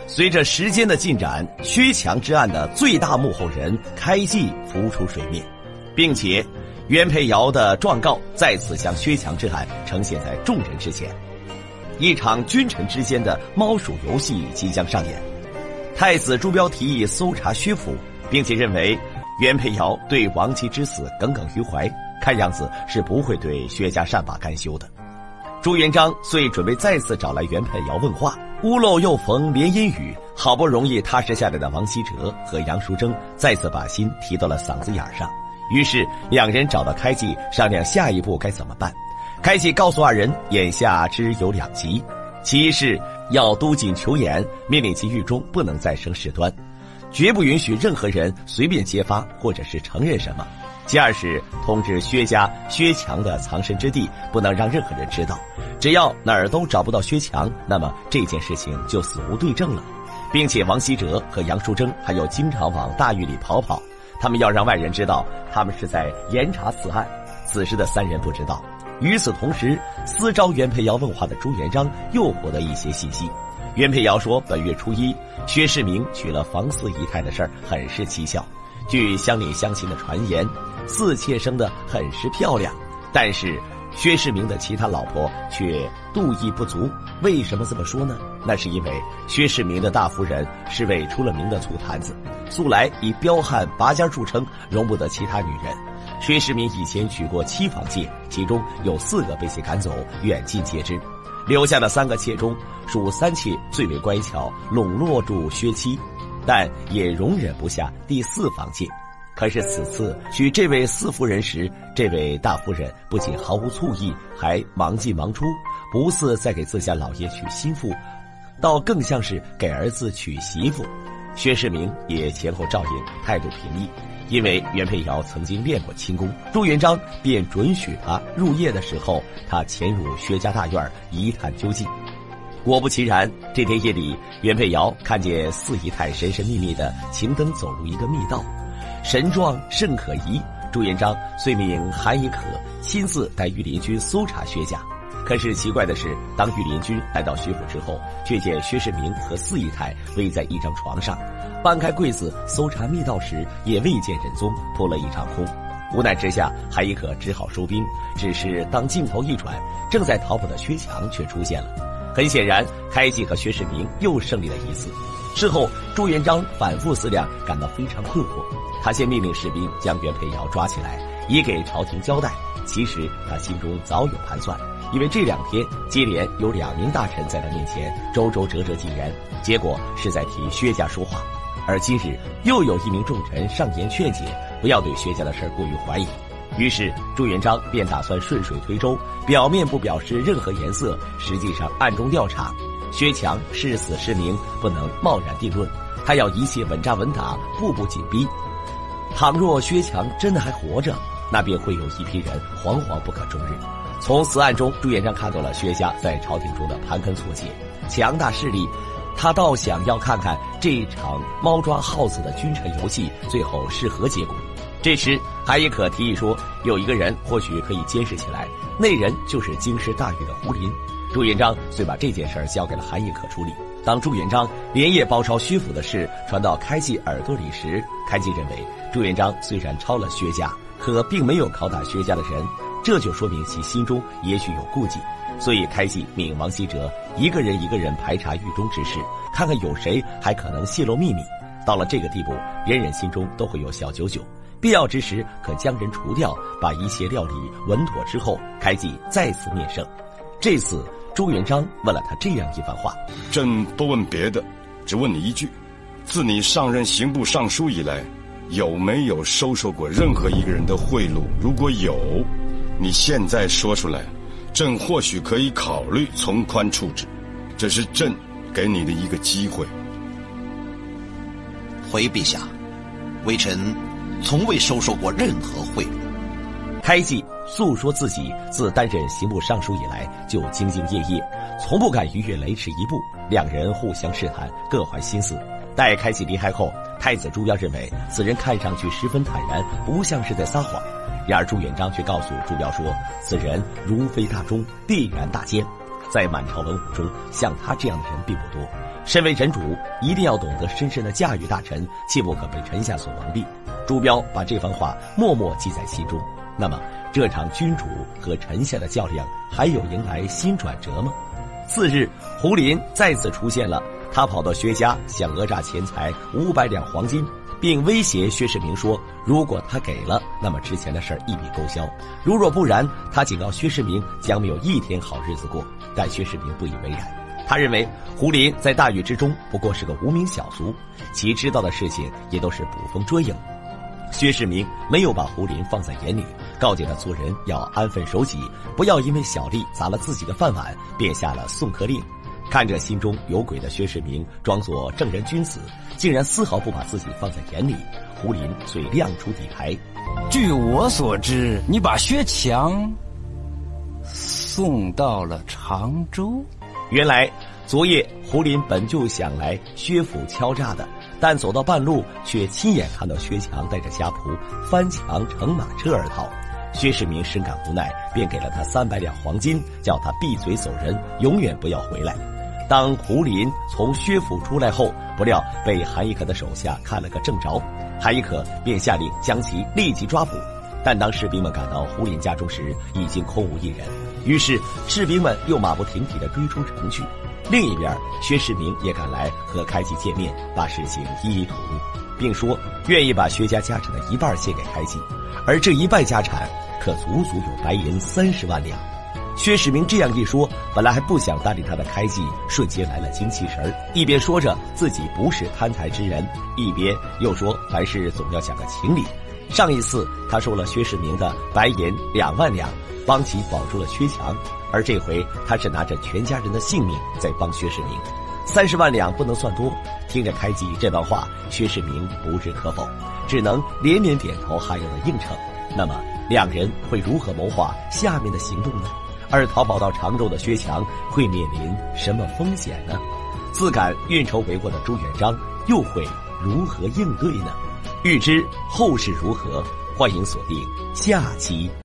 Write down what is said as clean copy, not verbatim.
随着时间的进展，薛强之案的最大幕后人开济浮出水面，并且袁培尧的状告再次将薛强之案呈现在众人之前。一场君臣之间的猫鼠游戏即将上演。太子朱标提议搜查薛府，并且认为袁培尧对亡妻之死耿耿于怀，看样子是不会对薛家善罢甘休的。朱元璋遂准备再次找来袁培尧问话，屋漏又逢连阴雨，好不容易踏实下来的王希哲和杨淑珍再次把心提到了嗓子眼上，于是两人找到开济商量下一步该怎么办。开济告诉二人，眼下只有两急，其一是要督紧裘严，命令其狱中不能再生事端，绝不允许任何人随便揭发或者是承认什么。其二是通知薛家薛强的藏身之地，不能让任何人知道，只要哪儿都找不到薛强，那么这件事情就死无对证了。并且王希哲和杨淑珍还有经常往大狱里跑，他们要让外人知道他们是在严查此案，此时的三人不知道。与此同时，私招袁培尧问话的朱元璋又获得一些信息。袁培尧说，本月初一，薛世明娶了房四姨太的事儿很是蹊跷。据乡里乡亲的传言，四妾生得很是漂亮，但是薛世明的其他老婆却妒意不足。为什么这么说呢？那是因为薛世明的大夫人是位出了名的醋坛子，素来以彪悍拔尖著称，容不得其他女人。薛世明以前娶过7房妾，其中有4个被其赶走，远近皆知。留下的3个妾中，属3妾最为乖巧，笼络住薛妻，但也容忍不下第4房妾。可是此次娶这位4夫人时，这位大夫人不仅毫无醋意，还忙进忙出，不似在给自家老爷娶心腹，倒更像是给儿子娶媳妇。薛世明也前后照应，态度平易。因为袁培尧曾经练过轻功，朱元璋便准许他入夜的时候，他潜入薛家大院一探究竟。果不其然，这天夜里，袁培尧看见四姨太神神秘秘地擎灯走入一个密道，神状甚可疑。朱元璋遂命韩以可亲自带御林军搜查薛家。可是奇怪的是，当御林军来到薛府之后，却见薛世明和四姨太偎在一张床上，搬开柜子搜查密道时，也未见人踪，扑了一场空。无奈之下，韩以可只好收兵。只是当镜头一转，正在逃跑的薛强却出现了。很显然，开济和薛世明又胜利了一次。事后，朱元璋反复思量，感到非常困惑。他先命令士兵将袁培尧抓起来，以给朝廷交代。其实他心中早有盘算，因为这2天接连有2名大臣在他面前周周折折进言，结果是在替薛家说话。而今日又有1名重臣上言劝解，不要对薛家的事过于怀疑。于是朱元璋便打算顺水推舟，表面不表示任何颜色，实际上暗中调查。薛强是死是明，不能贸然定论，他要一切稳扎稳打，步步紧逼。倘若薛强真的还活着，那便会有一批人惶惶不可终日。从此案中，朱元璋看到了薛家在朝廷中的盘根错节，强大势力。他倒想要看看这场猫抓耗子的君臣游戏最后是何结果。这时韩也可提议说，有一个人或许可以监视起来，那人就是京师大狱的胡林。朱元璋遂把这件事交给了韩也可处理。当朱元璋连夜包抄薛府的事传到开济耳朵里时，开济认为朱元璋虽然抄了薛家，可并没有拷打薛家的人，这就说明其心中也许有顾忌。所以开济命王希哲一个人排查狱中之事，看看有谁还可能泄露秘密。到了这个地步，人人心中都会有小九九，必要之时可将人除掉。把一切料理稳妥之后，开济再次面圣。这次朱元璋问了他这样一番话： 朕不问别的，只问你一句，自你上任刑部尚书以来，有没有收受过任何一个人的贿赂？如果有，你现在说出来，朕或许可以考虑从宽处置，这是朕给你的一个机会。 回陛下，微臣从未收受过任何贿赂。 开济诉说自己自担任刑部尚书以来就兢兢业业，从不敢逾越雷池一步。两人互相试探，各怀心思。待开济离开后，太子朱标认为此人看上去十分坦然，不像是在撒谎。然而朱元璋却告诉朱标说，此人如非大忠，必然大奸。在满朝文武中，像他这样的人并不多。 身为人主，一定要懂得深深的驾驭大臣，切不可被臣下所蒙蔽。朱标把这番话默默记在心中。那么，这场君主和臣下的较量还有迎来新转折吗？次日，胡林再次出现了，他跑到薛家，想讹诈钱财500两黄金，并威胁薛世明说，如果他给了，那么之前的事儿一笔勾销；如若不然，他警告薛世明将没有一天好日子过。但薛世明不以为然，他认为胡林在大狱之中不过是个无名小卒，其知道的事情也都是捕风捉影。薛世明没有把胡林放在眼里，告诫他做人要安分守己，不要因为小利砸了自己的饭碗，便下了送客令。看着心中有鬼的薛世明装作正人君子，竟然丝毫不把自己放在眼里，胡林遂亮出底牌。 据我所知，你把薛强送到了常州。 原来昨夜胡林本就想来薛府敲诈的，但走到半路却亲眼看到薛强带着家仆翻墙乘马车而逃。薛世明深感无奈，便给了他300两黄金，叫他闭嘴走人，永远不要回来。当胡林从薛府出来后，不料被韩一可的手下看了个正着，韩一可便下令将其立即抓捕。但当士兵们赶到胡林家中时，已经空无一人，于是士兵们又马不停蹄地追出城去。另一边，薛世明也赶来和开济见面，把事情一一吐露，并说愿意把薛家家产的一半献给开济，而这一半家产可足足有白银30万两。薛世明这样一说，本来还不想搭理他的开济瞬间来了精气神，一边说着自己不是贪财之人，一边又说凡事总要讲个情理。上一次他收了薛世明的白银2万两，帮其保住了薛强，而这回他是拿着全家人的性命在帮薛世明。30万两不能算多，听着开济这番话，薛世明不置可否，只能连连点头哈腰的应承。那么两人会如何谋划下面的行动呢？而逃跑到常州的薛强会面临什么风险呢？自感运筹帷幄的朱元璋又会如何应对呢？欲知后事如何，欢迎锁定下期。